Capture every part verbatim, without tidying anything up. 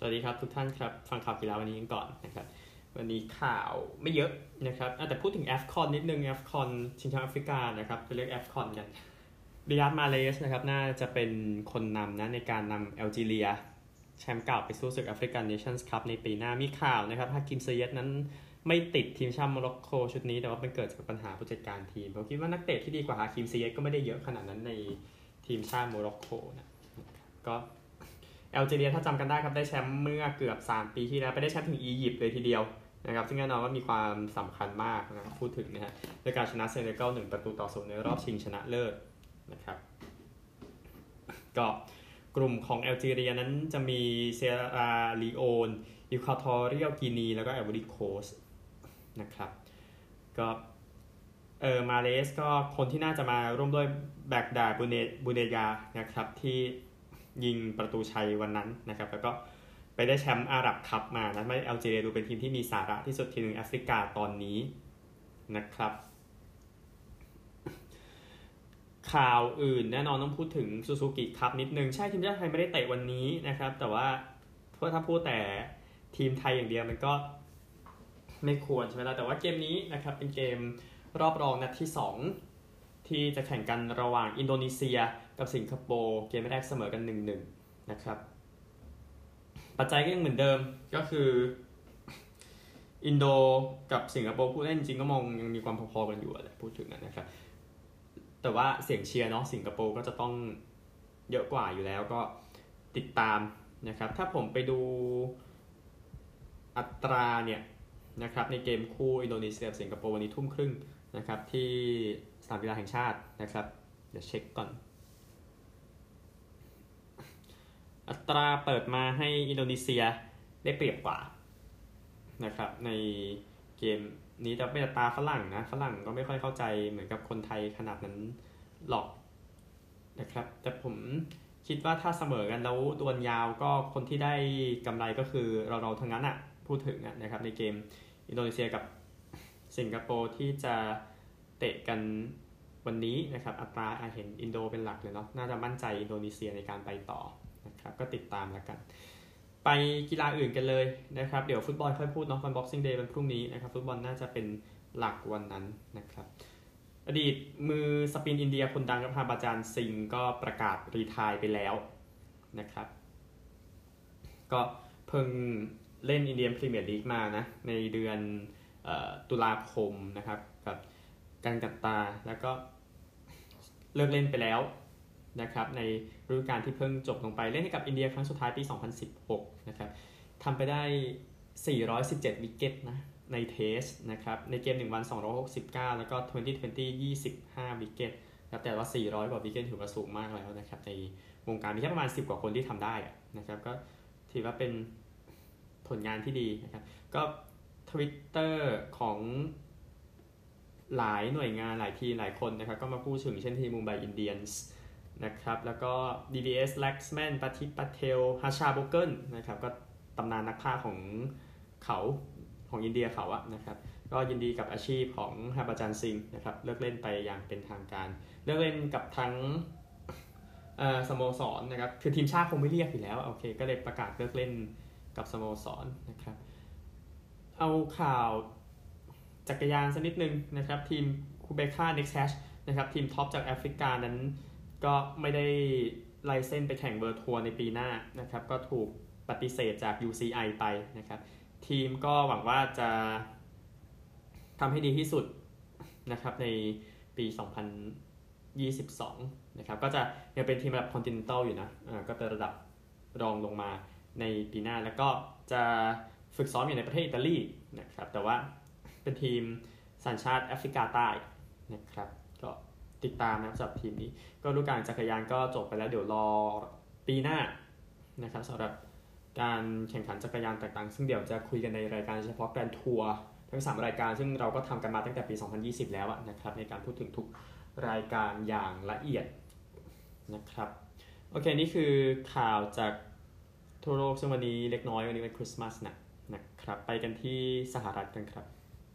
วัสดีครับทุกท่านครับฟังข่าวกีฬาวันนี้กันก่อนนะครับวันนี้ข่าวไม่เยอะนะครับแต่พูดถึง เอฟ คอน นิดนึง เอฟ คอน ชิงแชมป์แอฟริกานะครับจะเรียก เอฟ คอน กันริยาดมาเรสนะครับน่าจะเป็นคนนำนะในการนำแอลจีเรียแชมป์เก่าไปสู้ศึกแอฟริกันเนชั่นส์คัพในปีหน้ามีข่าวนะครับฮากิม เซเยดนั้นไม่ติดทีมชาติโมร็อกโกชุดนี้แต่ว่าเป็นเกิดจากปัญหาผู้จัดการทีมผมคิดว่านักเตะที่ดีกว่าฮากิม เซเยดก็ไม่ได้เยอะขนาดนั้นในทีมชาติโมร็อกโกนะก็แอลจีเรียถ้าจำกันได้ครับได้แชมป์เมื่อเกือบสามปีที่แล้วไปได้แชมป์ถึงอียิปต์เลยทีเดียวนะครับซึ่งแน่นอนว่ามีความสำคัญมากนะครับพูดถึงนะฮะในการชนะเซเนกัลหนึ่งประตูต่อศูนย์ในรอบชิงชนะเลิศนะครับก็กลุ่มของแอลจีเรียนั้นจะมีเซราลีโอนอีควาทอเรียลกินีแล้วก็ไอวอรีโคสต์นะครับก็เออมาเลสก็คนที่น่าจะมาร่วมด้วยแบกดาบูเนบูเนยานะครับที่ยิงประตูชัยวันนั้นนะครับแล้วก็ไปได้แชมป์อาหรับคัพมานะไม่แอลจีเรียดูเป็นทีมที่มีสาระที่สุดทีมนึงแอฟริกาตอนนี้นะครับข่าวอื่นแน่นอนต้องพูดถึงซูซูกิคัพนิดนึงใช่ทีมชาติไทยไม่ได้เตะวันนี้นะครับแต่ว่าถ้าพูดแต่ทีมไทยอย่างเดียวมันก็ไม่ควรใช่ไหมล่ะแต่ว่าเกมนี้นะครับเป็นเกมรอบรองนัดที่สองที่จะแข่งกันระหว่างอินโดนีเซียกับสิงคโปร์เกมแรกเสมอกัน หนึ่งหนึ่ง นะครับปัจจัยก็ยังเหมือนเดิมก็คืออินโดกับสิงคโปร์ผู้เล่นจริงก็มองยังมีความพอๆกันอยู่แหละพูดถึงนะครับแต่ว่าเสียงเชียร์เนาะสิงคโปร์ก็จะต้องเยอะกว่าอยู่แล้วก็ติดตามนะครับถ้าผมไปดูอัตราเนี่ยนะครับในเกมคู่อินโดนีเซียกับสิงคโปร์วันนี้ทุ่มครึ่งนะครับที่สนามกีฬาแห่งชาตินะครับเดี๋ยวเช็คก่อนอัตราเปิดมาให้อินโดนีเซียได้เปรียบกว่านะครับในเกมนี้แต่เป็นอัตราฝรั่งนะฝรั่งก็ไม่ค่อยเข้าใจเหมือนกับคนไทยขนาดนั้นหรอกนะครับแต่ผมคิดว่าถ้าเสมอกันแล้วดวลยาวก็คนที่ได้กำไรก็คือเราเราทั้งนั้นอ่ะพูดถึงนะครับในเกมอินโดนีเซียกับสิงคโปร์ที่จะเตะกันวันนี้นะครับอัตราเห็นอินโดเป็นหลักเลยเนาะน่าจะมั่นใจอินโดนีเซียในการไปต่อนะครับก็ติดตามแล้วกันไปกีฬาอื่นกันเลยนะครับเดี๋ยวฟุตบอลค่อยพูดเนาะวัน Boxing Day วันพรุ่งนี้นะครับฟุตบอลน่าจะเป็นหลักวันนั้นนะครับอดีตมือสปินอินเดียคนดังกับฮาบาจานซิงก็ประกาศรีไทร์ไปแล้วนะครับก็เพิ่งเล่นอินเดียนพรีเมียร์ลีกมานะในเดือนเอ่อตุลาคมนะครับกับกันกัตตาแล้วก็เลิกเล่นไปแล้วนะครับในฤดูกาลที่เพิ่งจบลงไปเล่นให้กับอินเดียครั้งสุดท้ายปีสองพันสิบหกนะครับทำไปได้สี่ร้อยสิบเจ็ดวิกเก็ตนะในเทสนะครับในเกมหนึ่งวันสองร้อยหกสิบเก้าแล้วก็ยี่สิบยี่สิบ ยี่สิบห้าวิกเก็ตครับแต่ว่าสี่ร้อยกว่าวิกเก็ตถือว่าสูงมากแล้วนะครับในวงการมีแค่ประมาณสิบกว่าคนที่ทำได้นะครับก็ถือว่าเป็นผลงานที่ดีนะครับก็ Twitter ของหลายหน่วยงานหลายทีหลายคนนะครับก็มาพูดถึงเช่นทีมมุมไบอินเดียนส์นะครับแล้วก็ ดี บี เอส Laxman ปาทิตปาเทลฮาชาโบเกิลนะครับก็ตำนานนักพากย์ของเขาของอินเดียเขาอะนะครับก็ยินดีกับอาชีพของฮาบาจานซิงนะครับเลิกเล่นไปอย่างเป็นทางการเลิกเล่นกับทั้งสโมสรนะครับคือทีมชาติคงไม่เรียกอยู่แล้วโอเคก็เลยประกาศเลิกเล่นกับสโมสรนะครับเอาข่าวจักรยานสักนิดนึงนะครับทีมคูเบค่าเน็กซ์แฮชนะครับทีมท็อปจากแอฟริกานั้นก็ไม่ได้ไลเซนส์ไปแข่งเวิลด์ทัวร์ในปีหน้านะครับก็ถูกปฏิเสธจาก ยู ซี ไอ ไปนะครับทีมก็หวังว่าจะทำให้ดีที่สุดนะครับในปีสองพันยี่สิบสองนะครับก็จะยังเป็นทีมระดับคอนติเนนตัลอยู่นะอ่าก็เป็นระดับรองลงมาในปีหน้าแล้วก็จะฝึกซ้อมอยู่ในประเทศอิตาลีนะครับแต่ว่าเป็นทีมสัญชาติแอฟริกาใต้นะครับก็ติดตามนะครับสำหรับทีมนี้ก็ฤดูกาลจักรยานก็จบไปแล้วเดี๋ยวรอปีหน้านะครับสำหรับการแข่งขันจักรยานต่างๆซึ่งเดี๋ยวจะคุยกันในรายการเฉพาะแกรนด์ทัวร์ทั้งสามรายการซึ่งเราก็ทำกันมาตั้งแต่ปีสองพันยี่สิบแล้วนะครับในการพูดถึงทุกรายการอย่างละเอียดนะครับโอเคนี่คือข่าวจากทั่วโลกซึ่งวันนี้เล็กน้อยวันนี้เป็นคริสต์มาสนะนะครับไปกันที่สหรัฐกันครับ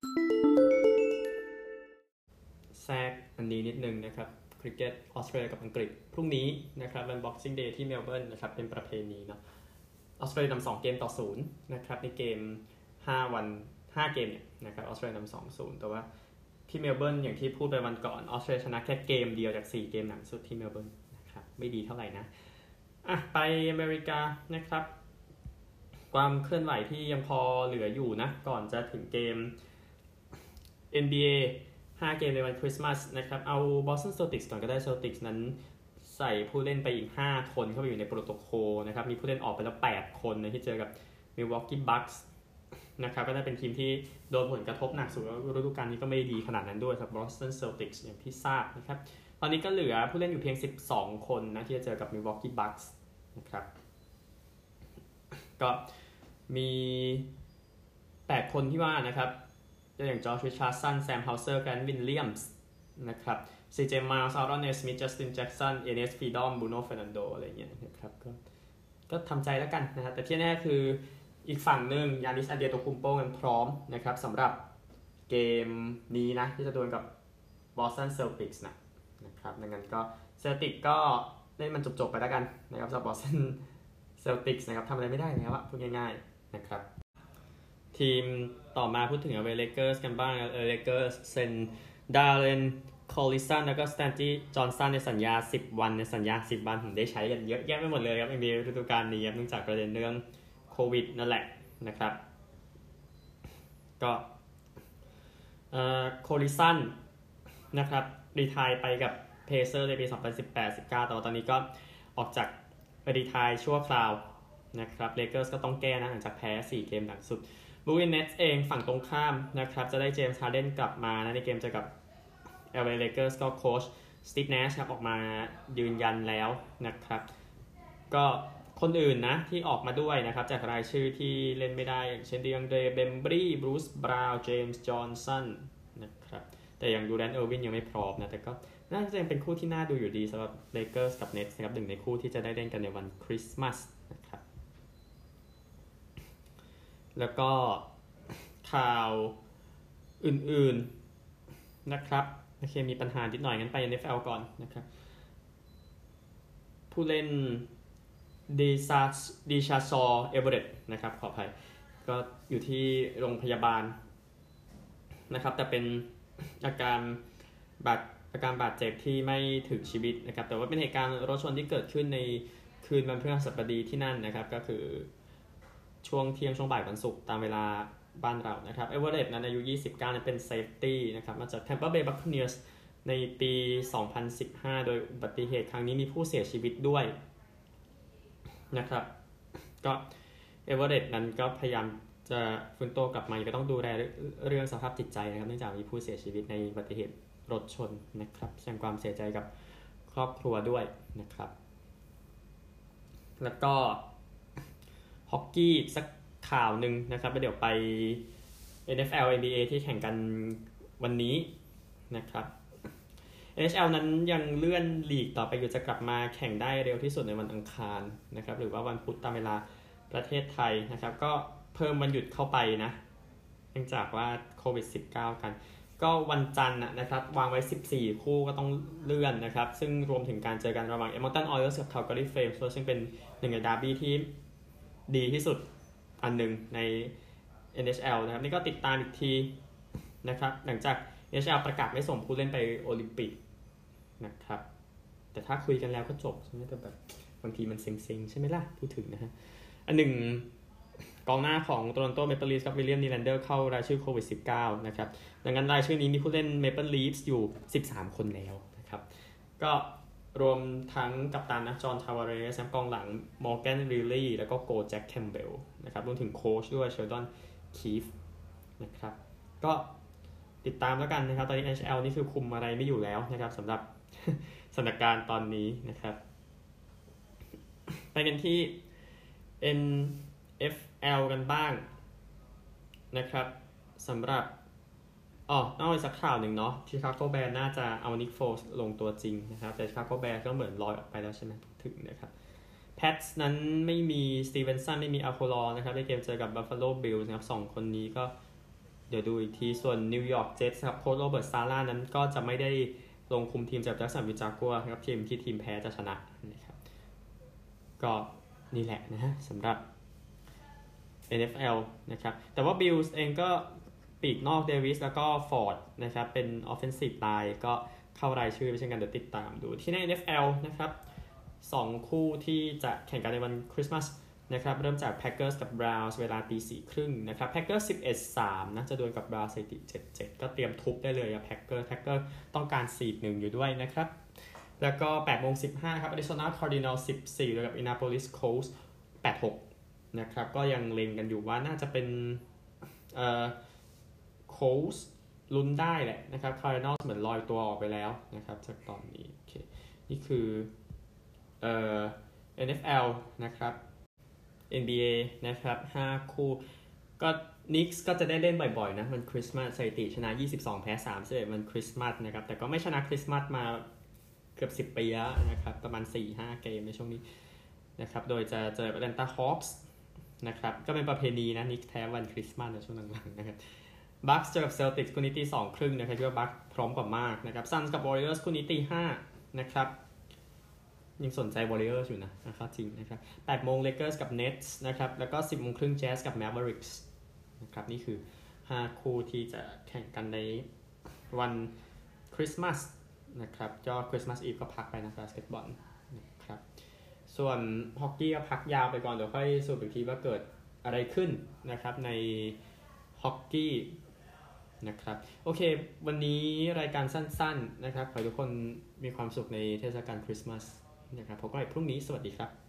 แทรกอันนี้นิดนึงนะครับคริกเก็ตออสเตรเลียกับอังกฤษพรุ่งนี้นะครับวัน Boxing Day ที่เมลเบิร์นนะครับเป็นประเพณีเนาะออสเตรเลียนำสองเกมต่อศูนย์นะครับในเกมห้าวันห้าเกมเนี่ยนะครับออสเตรเลียนำ สองศูนย์ แต่ว่าที่เมลเบิร์นอย่างที่พูดไปวันก่อนออสเตรเลียชนะแค่เกมเดียวจากสี่เกมหลังสุดที่เมลเบิร์นนะครับไม่ดีเท่าไหร่นะอ่ะไปอเมริกานะครับความเคลื่อนไหวที่ยังพอเหลืออยู่นะก่อนจะถึงเกม เอ็น บี เอ ห้าเกมในวันคริสต์มาสนะครับเอา Boston Celtics ก่อนก็ได้ Celtics นั้นใส่ผู้เล่นไปอีกห้าคนเข้าไปอยู่ในโปรโตโคลนะครับมีผู้เล่นออกไปแล้วแปดคนนะที่เจอกับ Milwaukee Bucks นะครับก็ได้เป็นทีมที่โดนผลกระทบหนักสุดแล้วฤดูกาลนี้ก็ไม่ดีขนาดนั้นด้วยครับ Boston Celtics อย่างที่ทราบนะครับตอนนี้ก็เหลือผู้เล่นอยู่เพียงสิบสองคนนะที่จะเจอกับ Milwaukee Bucks นะครับก็มีแปดคนที่ว่านะครับอย่างจอร์จริชาร์ดสันแซมเฮาเซอร์แกรนท์วิลเลียมส์นะครับซีเจมาลส์อารอนเนสมิธจัสตินแจ็กสันเอเนสฟีดอมบรูโน่เฟร์นันโดอะไรเงี้ยนะครับก็ก็ทำใจแล้วกันนะครับแต่ที่แน่คืออีกฝั่งหนึ่งยานิส อาเดียโตคุมโปกันพร้อมนะครับสำหรับเกมนี้นะที่จะดวลกับบอสตันเซลติกส์นะนะครับดังนั้นก็เซลติกก็เล่นมันจบๆไปแล้วกันนะครับสำหรับบอสตันเซลติกส์นะครับทำอะไรไม่ได้แล้วอะพูดง่ายๆนะครับทีมต่อมาพูดถึง เอ แอล เอ Lakers กันบ้าง เอ แอล เอ Lakers เซ็นดาร์เรนคอลลิสันแล้วก็สแตนตี้จอห์นสันในสัญญาสิบวันในสัญญาสิบวันผมได้ใช้กันเยอะแยะไปหมดเลยครับในฤดูกาลนี้ครับเนื่องจากประเด็นเรื่องโควิดนั่นแหละนะครับก็เอ่อคอลลิสันนะครับรีไทร์ไปกับเพเซอร์ในปีสองพันสิบแปด สิบเก้าแต่ตอนนี้ก็ออกจากรีไทร์ชั่วคราวนะครับเลเกอร์สก็ต้องแก้นะหลังจากแพ้สี่เกมหลังสุดบรูคลินเน็ตส์เองฝั่งตรงข้ามนะครับจะได้เจมส์ฮาร์เดนกลับมานะในเกมเจอกับ แอล เอ Lakers ก็โค้ชสตีฟ แนชครับออกมายืนยันแล้วนะครับก็คนอื่นนะที่ออกมาด้วยนะครับจากรายชื่อที่เล่นไม่ได้อย่างเช่นดีอังเดรเบมบรีบรูซบราวน์เจมส์จอห์นสันนะครับแต่อย่างดูแรนต์เออร์วินยังไม่พร้อมนะแต่ก็น่าจะยังเป็นคู่ที่น่าดูอยู่ดีสำหรับ Lakers กับ Nets นะครับหนึ่งในคู่ที่จะได้เล่นกันในวันคริสต์มาสนะครับแล้วก็ข่าวอื่นๆนะครับโอเคมีปัญหานิดหน่อยงั้นไป เอ็น เอฟ แอล ก่อนนะครับผู้เล่นดีซาดีชาซอเอเวอเรตนะครับขออภัยก็อยู่ที่โรงพยาบาลนะครับแต่เป็นอาการบาดอาการบาดเจ็บที่ไม่ถึงชีวิตนะครับแต่ว่าเป็นเหตุการณ์รถชนที่เกิดขึ้นในคืนวันพฤหัสบดีที่นั่นนะครับก็คือช่วงเที่ยงช่วงบ่ายวันศุกร์ตามเวลาบ้านเรานะครับเอเวอเรตนั้นอายุยี่สิบเก้านั้นเป็นเซฟตี้นะครับมาจาก Tampa Bay Buccaneers ในปีสองพันสิบห้าโดยอุบัติเหตุครั้งนี้มีผู้เสียชีวิตด้วยนะครับก็เอเวอเรตนั้นก็พยายามจะฟื้นตัวกลับมาก็ต้องดูแลเรื่องสภาพจิตใจนะครับเนื่องจากมีผู้เสียชีวิตในอุบัติเหตุรถชนนะครับแสดงความเสียใจกับครอบครัวด้วยนะครับแล้วก็ฮอกกี้สักข่าวหนึ่งนะครับเดี๋ยวไป เอ็น เอฟ แอล เอ็น บี เอ ที่แข่งกันวันนี้นะครับ เอ็น เอช แอล นั้นยังเลื่อนลีกต่อไปอยู่จะกลับมาแข่งได้เร็วที่สุดในวันอังคารนะครับหรือว่าวันพุธตามเวลาประเทศไทยนะครับก็เพิ่มวันหยุดเข้าไปนะเนื่องจากว่าโควิด สิบเก้า กันก็วันจันทร์นะครับวางไว้สิบสี่คู่ก็ต้องเลื่อนนะครับซึ่งรวมถึงการเจอกันระหว่าง Edmonton Oilers กับ Calgary Flames ซึ่งเป็นหนึ่งในดาร์บี้ที่ดีที่สุดอันหนึ่งใน เอ็น เอช แอล นะครับนี่ก็ติดตามอีกทีนะครับหลังจาก เอ็น เอช แอล ประกาศไม่ส่งผู้เล่นไปโอลิมปิกนะครับแต่ถ้าคุยกันแล้วก็จบใช่ไหมแต่แบบบางทีมันเซ็งๆใช่ไหมล่ะพูดถึงนะฮะอันหนึ่งกองหน้าของโตรอนโตเมเปิลลีฟส์กับวิลเลียมนีแลนเดอร์เข้ารายชื่อโควิด สิบเก้า นะครับดังนั้นรายชื่อนี้มีผู้เล่นเมเปิลลีฟส์อยู่สิบสามคนแล้วนะครับก็รวมทั้งกัปตันนะจอห์นทาวาเรสกองหลังมอร์แกนริลลี่แล้วก็โกแจ็คแคมเบลนะครับรวมถึงโค้ชด้วยเชลดอนคีฟนะครับก็ติดตามแล้วกันนะครับตอนนี้ เอ็น เอช แอล นี่คือคุมอะไรไม่อยู่แล้วนะครับสำหรับสถานการณ์ตอนนี้นะครับไปกันที่ เอ็น เอฟ แอล กันบ้างนะครับสำหรับอ๋อเอาอีกสักข่าวหนึ่งเนาะชิคาโกแบร์น่าจะเอานิกโฟลส์ลงตัวจริงนะครับแต่ชิคาโกแบร์ก็เหมือนลอยออกไปแล้วใช่ไหมถึงนะครับแพทส์นั้นไม่มีสตีเวนสันไม่มีอัลโคลอนะครับในเกมเจอกับบัฟฟาโลบิลส์นะครับสองคนนี้ก็เดี๋ยวดูอีกทีส่วนนิวยอร์กเจ็ตส์ครับโค้ชโรเบิร์ตซาร่านั้นก็จะไม่ได้ลงคุมทีมจากแจ็คสันวิลจากัวครับทีมที่ทีมแพ้จะชนะนะครับก็นี่แหละนะฮะสำหรับเอ็น เอฟ แอล นะครับแต่ว่า Bills เองก็ปีกนอกเดวิสแล้วก็ฟอร์ดนะครับเป็น offensive line ก็เข้ารายชื่อไปเช่นกันเดี๋ยวติดตามดูที่ใน เอ็น เอฟ แอล นะครับสองคู่ที่จะแข่งกันในวันคริสต์มาสนะครับเริ่มจาก Packers กับ Browns เวลาตีสี่ครึ่งนะครับ Packers สิบเอ็ดสามนะจะดวลกับ Browns สถิติ เจ็ดเจ็ด ก็เตรียมทุบได้เลยอะ Packers Packers ต้องการซีดหนึ่งอยู่ด้วยนะครับแล้วก็ แปดโมงสิบห้า ครับ Arizona Cardinals สิบสี่ดวลกับ Indianapolis Colts แปดหกนะครับก็ยังเล็งกันอยู่ว่าน่าจะเป็นเอ่อ Colts ลุ้นได้แหละนะครับ Cardinals เหมือนลอยตัวออกไปแล้วนะครับจากตอนนี้โอเคนี่คือเอ่อ เอ็น เอฟ แอล นะครับ เอ็น บี เอ นะครับห้าคู่ก็นิกส์ก็จะได้เล่นบ่อยๆนะมันคริสต์มาสสถิติชนะยี่สิบสองแพ้สามสิบเอ็ดมันคริสต์มาสนะครับแต่ก็ไม่ชนะคริสต์มาสมาเกือบสิบปีแล้วนะครับประมาณ สี่ห้า เกมในช่วงนี้นะครับโดยจะเจอแอตแลนตาฮอคส์นะครับก็เป็นประเพณีนะนิกส์แพ้วันคริสต์มาสในช่วงหลังๆนะครับบัคส์เจอกับเซลติกส์คู่นี้ตีสองครึ่งนะครับคิดว่าบัคพร้อมกว่ามากนะครับซันส์กับวอริเออร์สคู่นี้ตีห้านะครับยังสนใจ Warriors อยู่นะนะครับจริงนะครับแปดโมง Lakers กับ Nets นะครับแล้วก็ สิบโมงครึ่ง Jazz กับ Mavericks นะครับนี่คือห้าคู่ที่จะแข่งกันในวันคริสต์มาสนะครับก็คริสต์มาสอีฟก็พักไปนะบาสเกตบอลนะครับส่วนฮอกกี้ก็พักยาวไปก่อนเดี๋ยวค่อยสรุปอีกทีว่าเกิดอะไรขึ้นนะครับในฮอกกี้นะครับโอเควันนี้รายการสั้นๆนะครับขอให้ทุกคนมีความสุขในเทศกาลคริสต์มาสนะครับพบกันใหม่พรุ่งนี้สวัสดีครับ